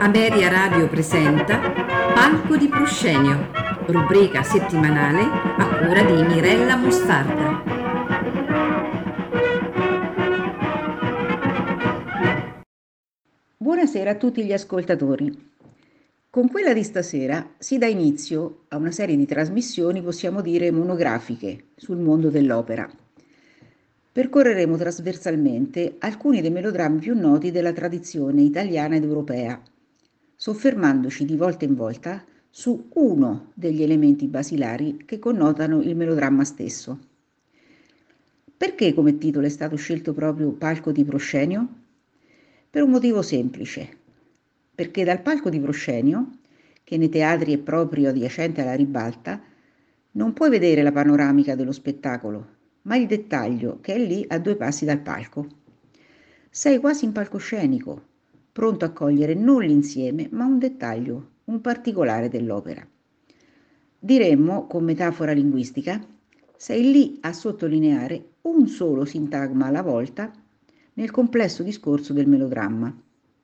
Ameria Radio presenta Palco di Proscenio, rubrica settimanale a cura di Mirella Mostarda. Buonasera a tutti gli ascoltatori. Con quella di stasera si dà inizio a una serie di trasmissioni, possiamo dire monografiche, sul mondo dell'opera. Percorreremo trasversalmente alcuni dei melodrammi più noti della tradizione italiana ed europea, soffermandoci di volta in volta su uno degli elementi basilari che connotano il melodramma stesso. Perché come titolo è stato scelto proprio Palco di Proscenio? Per un motivo semplice, perché dal palco di Proscenio, che nei teatri è proprio adiacente alla ribalta, non puoi vedere la panoramica dello spettacolo, ma il dettaglio che è lì a 2 passi dal palco. Sei quasi in palcoscenico, pronto a cogliere non l'insieme, ma un dettaglio, un particolare dell'opera. Diremmo, con metafora linguistica, sei lì a sottolineare un solo sintagma alla volta nel complesso discorso del melodramma.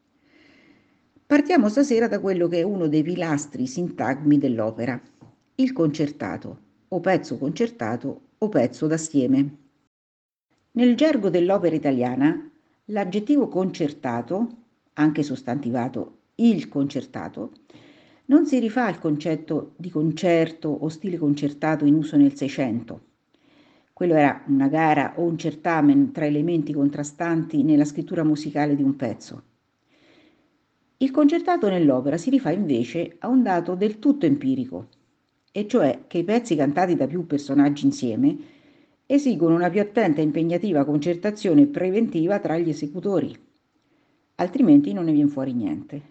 Partiamo stasera da quello che è uno dei pilastri sintagmi dell'opera, il concertato, o pezzo concertato o pezzo d'assieme. Nel gergo dell'opera italiana, l'aggettivo concertato, anche sostantivato il concertato, non si rifà al concetto di concerto o stile concertato in uso nel Seicento. Quello era una gara o un certamen tra elementi contrastanti nella scrittura musicale di un pezzo. Il concertato nell'opera si rifà invece a un dato del tutto empirico, e cioè che i pezzi cantati da più personaggi insieme esigono una più attenta e impegnativa concertazione preventiva tra gli esecutori, altrimenti non ne viene fuori niente.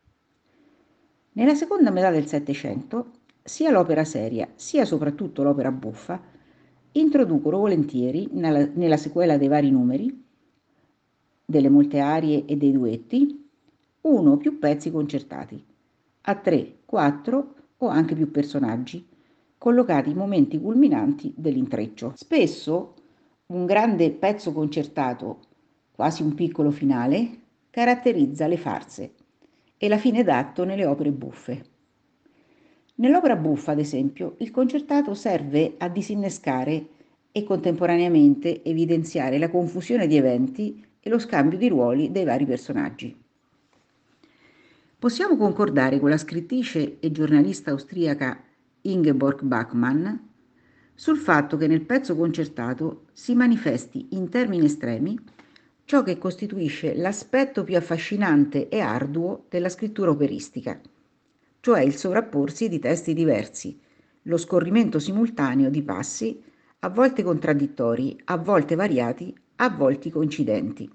Nella seconda metà del Settecento, sia l'opera seria, sia soprattutto l'opera buffa, introducono volentieri, nella sequela dei vari numeri, delle molte arie e dei duetti, uno o più pezzi concertati, a 3, 4 o anche più personaggi, collocati in momenti culminanti dell'intreccio. Spesso un grande pezzo concertato, quasi un piccolo finale, caratterizza le farse e la fine d'atto nelle opere buffe. Nell'opera buffa, ad esempio, il concertato serve a disinnescare e contemporaneamente evidenziare la confusione di eventi e lo scambio di ruoli dei vari personaggi. Possiamo concordare con la scrittrice e giornalista austriaca Ingeborg Bachmann sul fatto che nel pezzo concertato si manifesti in termini estremi ciò che costituisce l'aspetto più affascinante e arduo della scrittura operistica, cioè il sovrapporsi di testi diversi, lo scorrimento simultaneo di passi, a volte contraddittori, a volte variati, a volte coincidenti.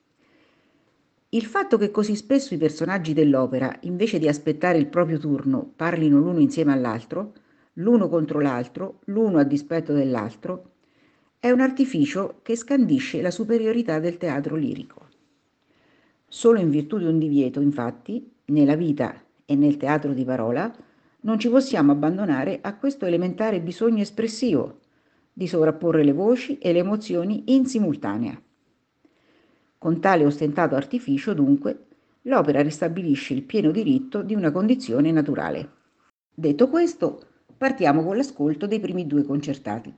Il fatto che così spesso i personaggi dell'opera, invece di aspettare il proprio turno, parlino l'uno insieme all'altro, l'uno contro l'altro, l'uno a dispetto dell'altro, è un artificio che scandisce la superiorità del teatro lirico. Solo in virtù di un divieto, infatti, nella vita e nel teatro di parola, non ci possiamo abbandonare a questo elementare bisogno espressivo di sovrapporre le voci e le emozioni in simultanea. Con tale ostentato artificio, dunque, l'opera ristabilisce il pieno diritto di una condizione naturale. Detto questo, partiamo con l'ascolto dei primi 2 concertati.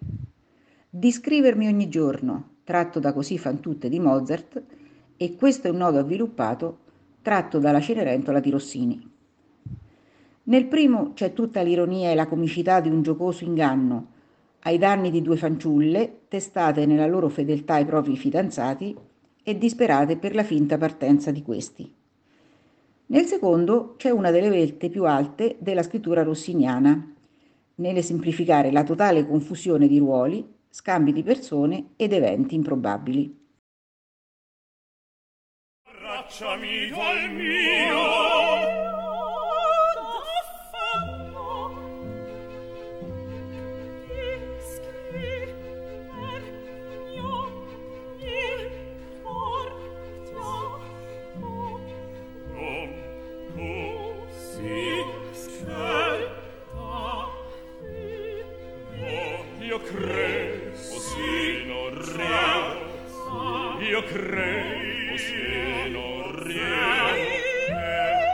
Di scrivermi ogni giorno, tratto da Così fan tutte di Mozart, e Questo è un nodo avviluppato, tratto dalla Cenerentola di Rossini. Nel primo c'è tutta l'ironia e la comicità di un giocoso inganno ai danni di 2 fanciulle testate nella loro fedeltà ai propri fidanzati e disperate per la finta partenza di questi. Nel secondo c'è una delle velte più alte della scrittura rossiniana, nell'esemplificare la totale confusione di ruoli, scambi di persone ed eventi improbabili. Abbracciami al mio io credo siano reali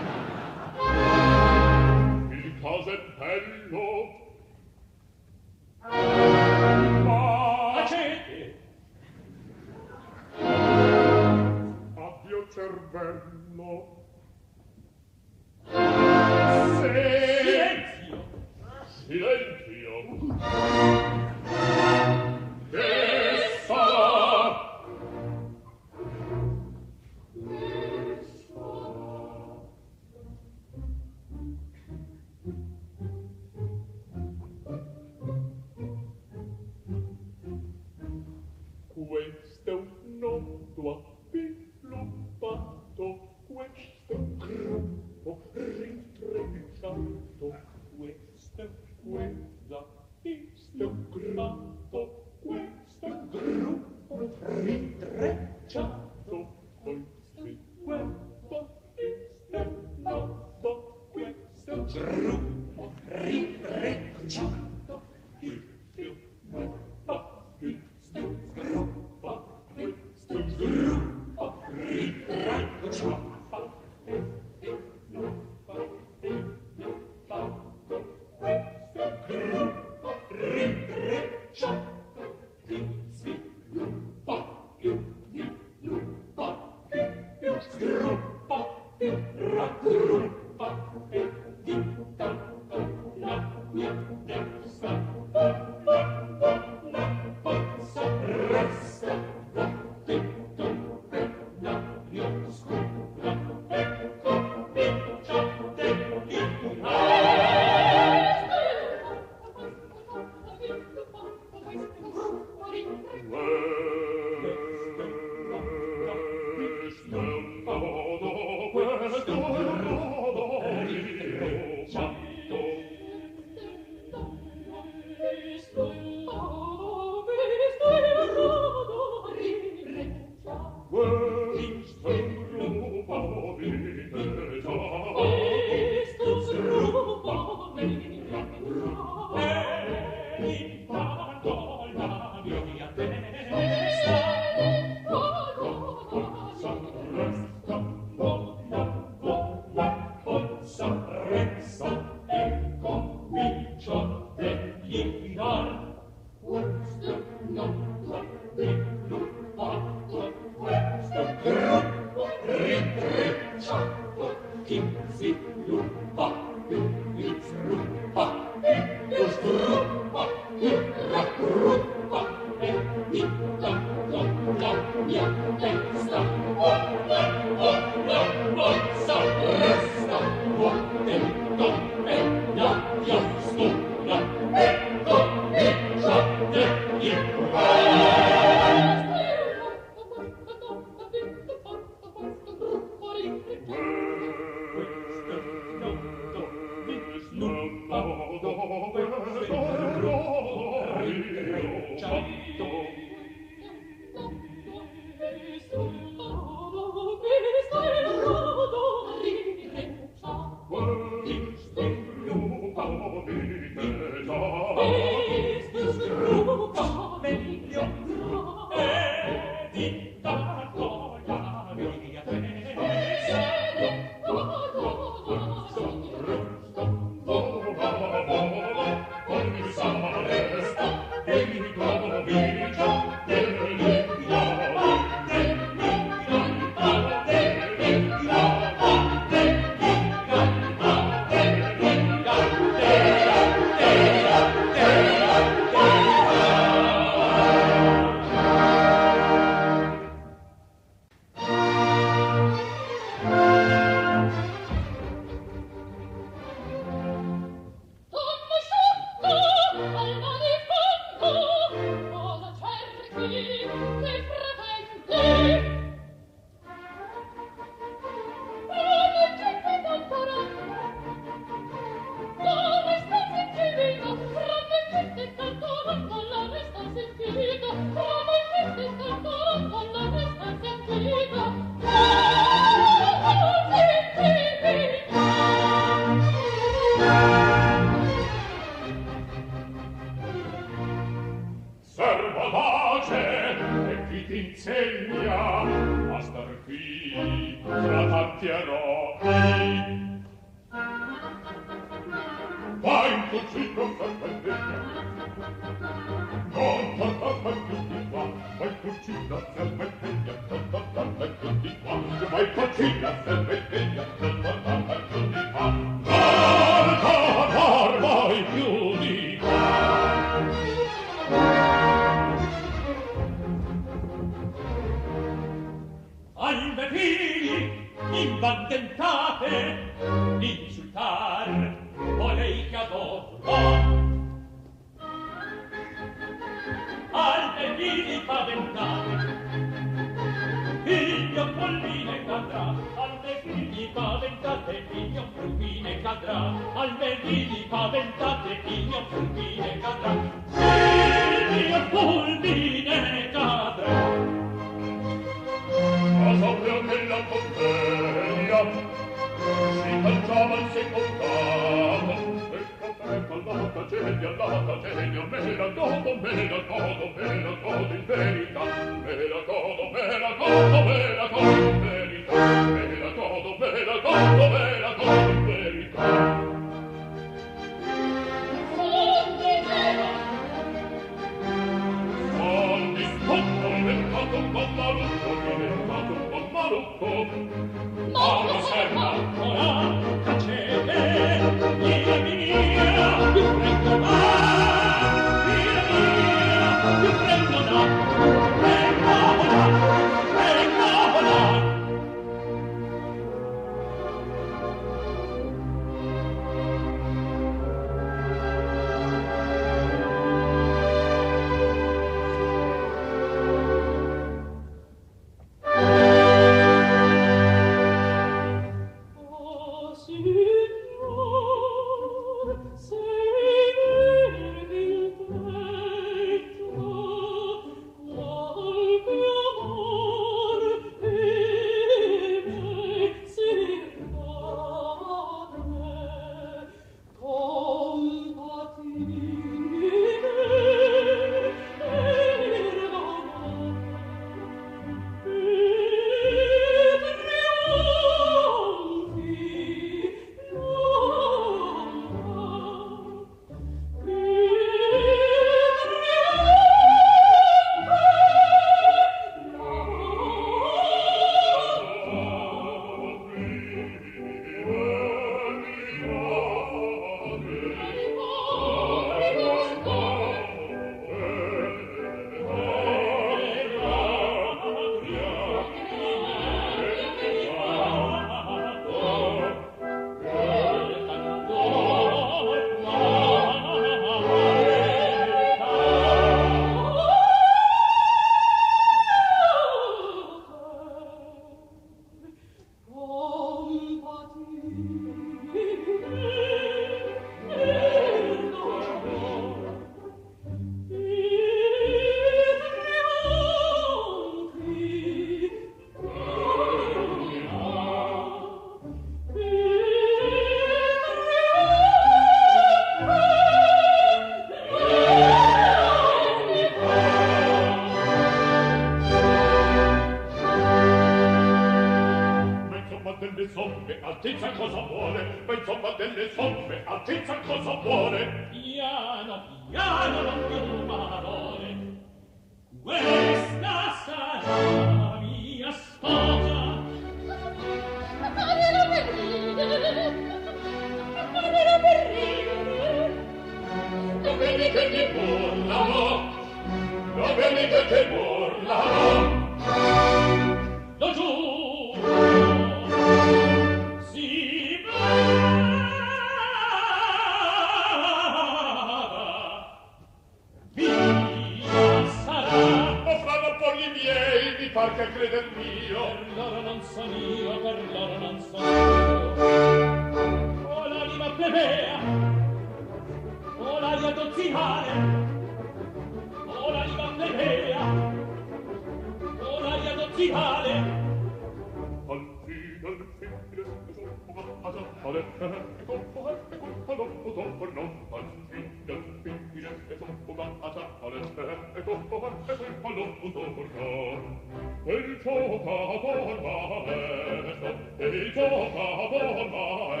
Il giocatore maestro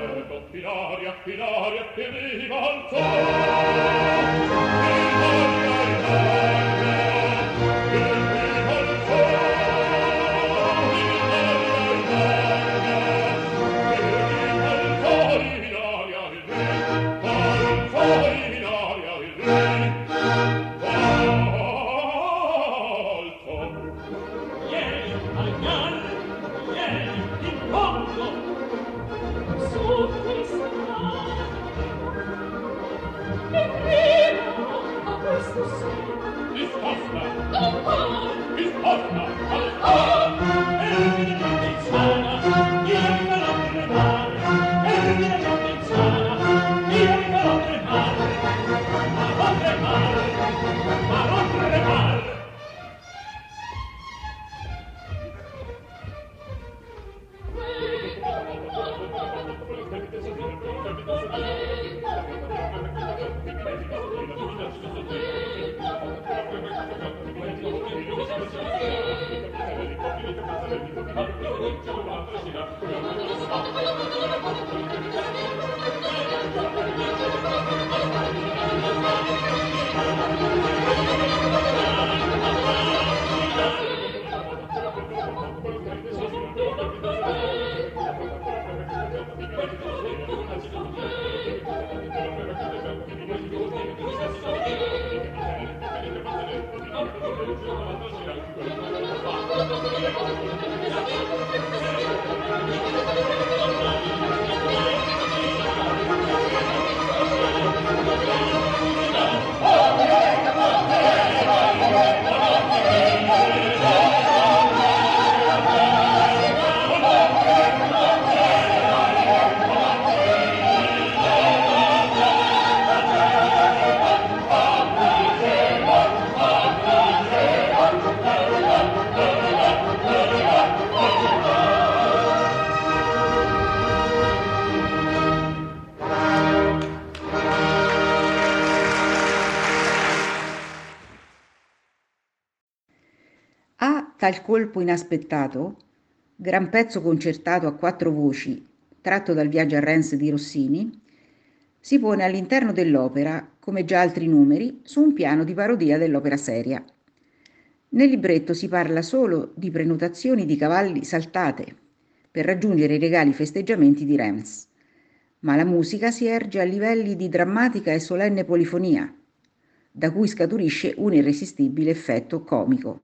Tal colpo inaspettato, gran pezzo concertato a 4 voci, tratto dal Viaggio a Reims di Rossini, si pone all'interno dell'opera, come già altri numeri, su un piano di parodia dell'opera seria. Nel libretto si parla solo di prenotazioni di cavalli saltate per raggiungere i regali festeggiamenti di Reims, ma la musica si erge a livelli di drammatica e solenne polifonia, da cui scaturisce un irresistibile effetto comico.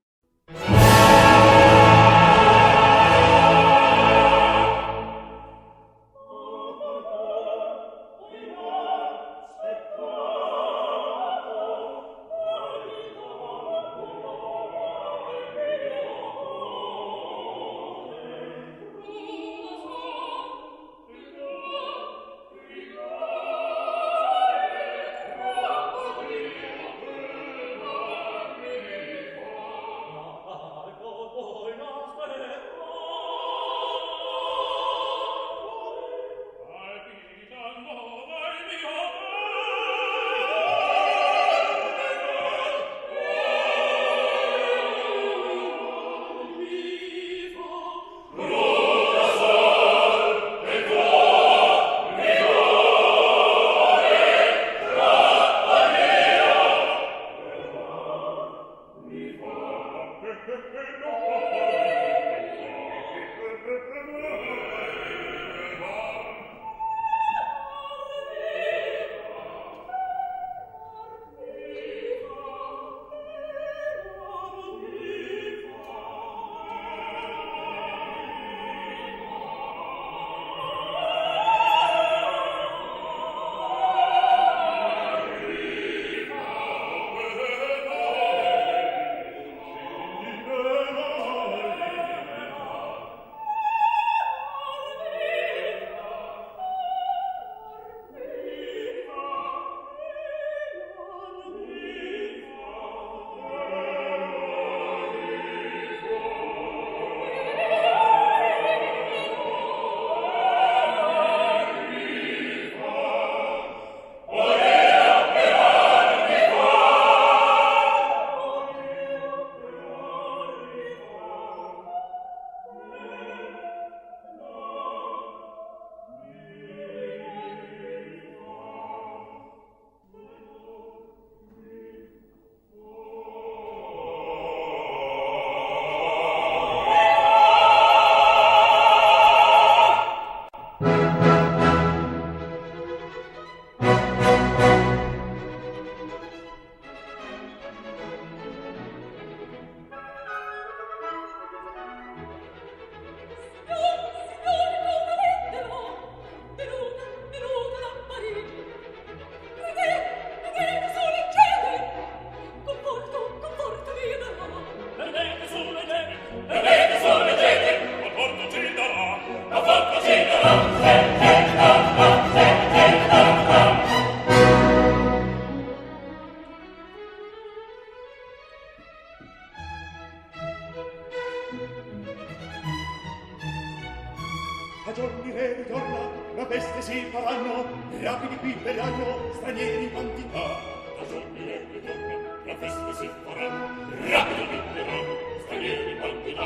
verranno stranieri in quantità. Da giorni e ritorno la festa si farà, rapidamente verranno stranieri in quantità.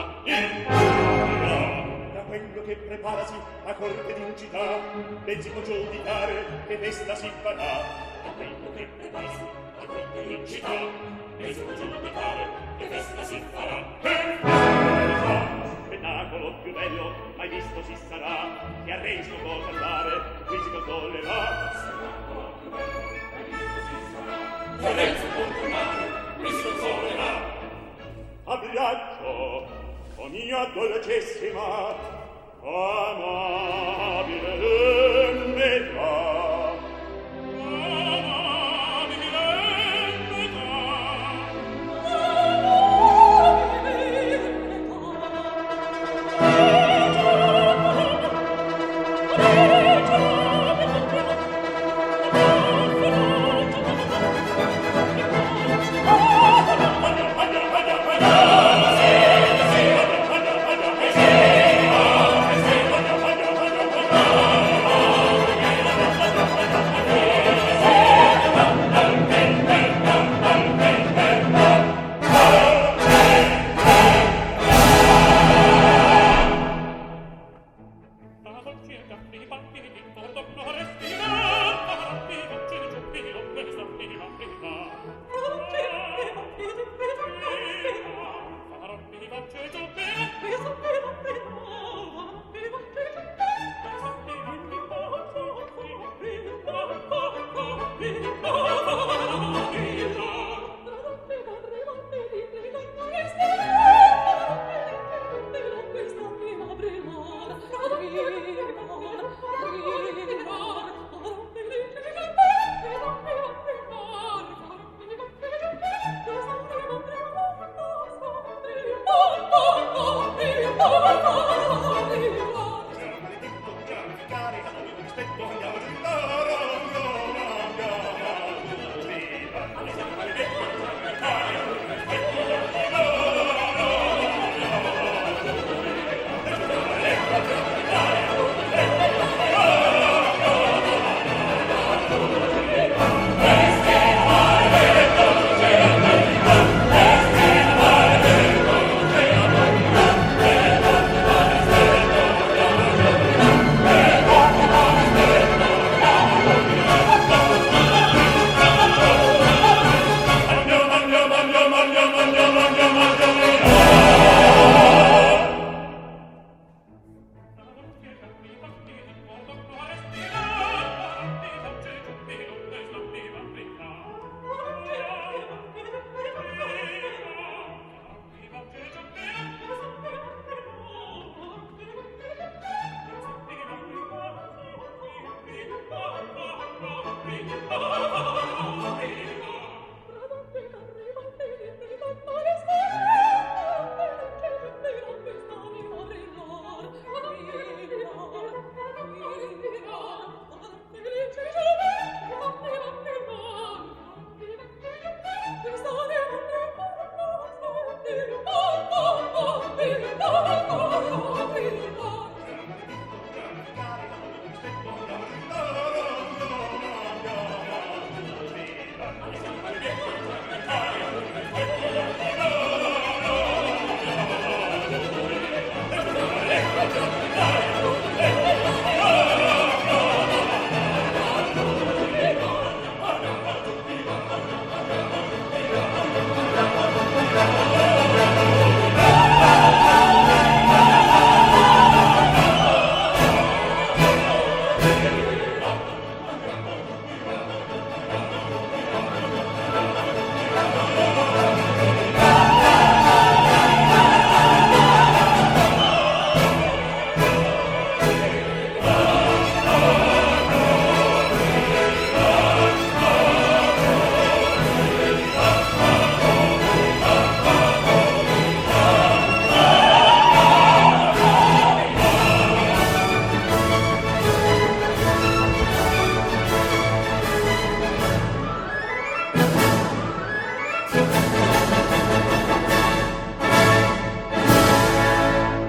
Da quello che preparasi a corte di un città, ben si può giudicare che festa si farà. Da quello che preparasi a corte di un città, ben si può giudicare che festa si farà. Spettacolo più bello mai visto si sarà, che a Reis non può andare, qui si consolerà. Spettacolo più bello mai visto si sarà, che a Reis non può andare, qui si consolerà. Abbraccio o mia dolcissima, amabile metà.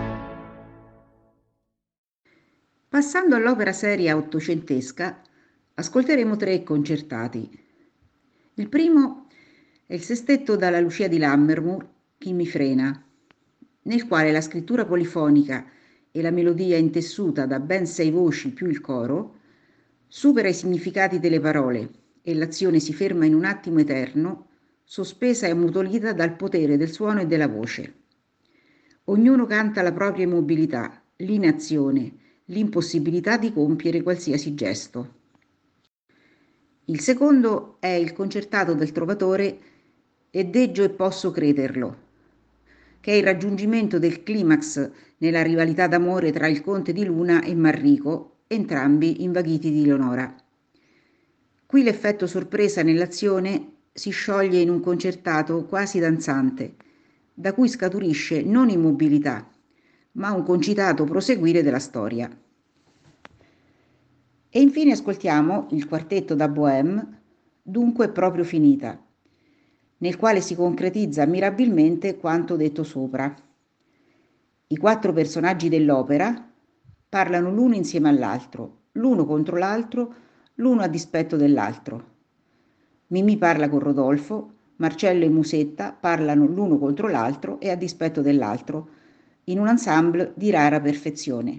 Passando all'opera seria ottocentesca, Ascolteremo 3 concertati. Il primo è il sestetto dalla Lucia di Lammermoor, Chi mi frena, nel quale la scrittura polifonica e la melodia intessuta da ben 6 voci più il coro supera i significati delle parole e l'azione si ferma in un attimo eterno, sospesa e ammutolita dal potere del suono e della voce. Ognuno canta la propria immobilità, l'inazione, l'impossibilità di compiere qualsiasi gesto. Il secondo è il concertato del Trovatore E deggio e posso crederlo, che è il raggiungimento del climax nella rivalità d'amore tra il conte di Luna e Manrico, entrambi invaghiti di Leonora. Qui l'effetto sorpresa nell'azione si scioglie in un concertato quasi danzante, da cui scaturisce non immobilità, ma un concitato proseguire della storia. E infine ascoltiamo il quartetto da Bohème, Dunque è proprio finita, nel quale si concretizza mirabilmente quanto detto sopra. I 4 personaggi dell'opera parlano l'uno insieme all'altro, l'uno contro l'altro, l'uno a dispetto dell'altro. Mimì parla con Rodolfo, Marcello e Musetta parlano l'uno contro l'altro e a dispetto dell'altro, in un ensemble di rara perfezione.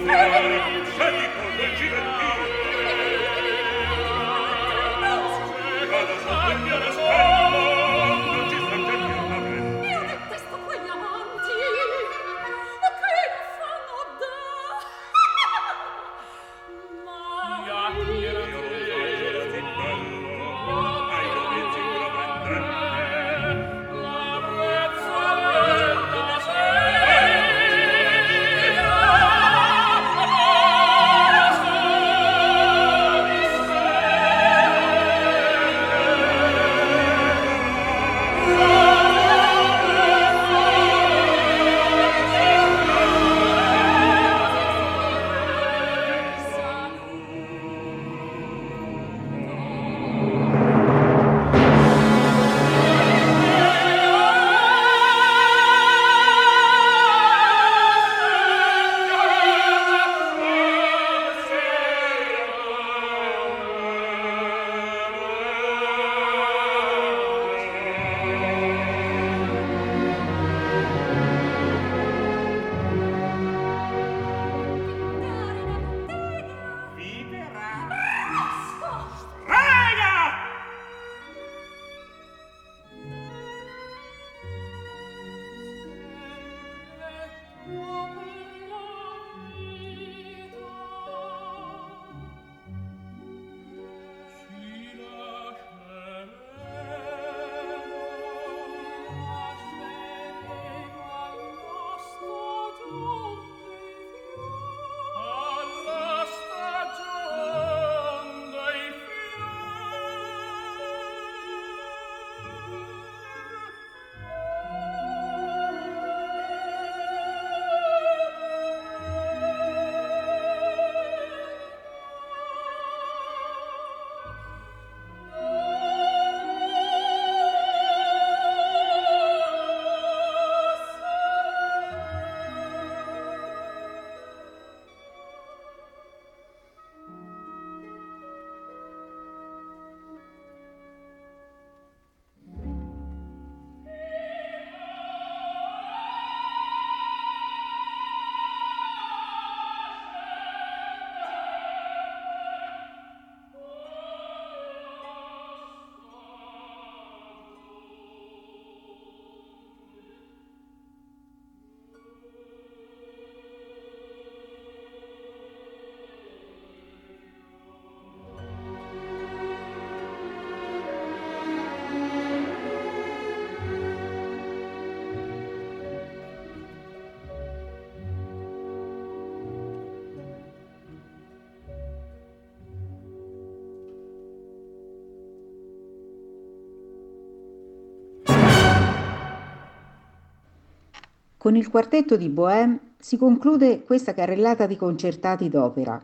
Con il quartetto di Bohème si conclude questa carrellata di concertati d'opera.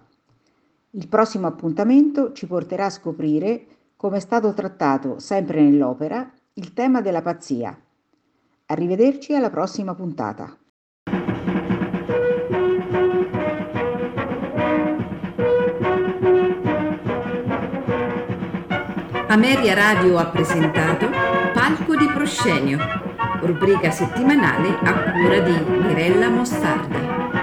Il prossimo appuntamento ci porterà a scoprire come è stato trattato, sempre nell'opera, il tema della pazzia. Arrivederci alla prossima puntata. Ameria Radio ha presentato Palco di Proscenio, rubrica settimanale a cura di Mirella Mostarda.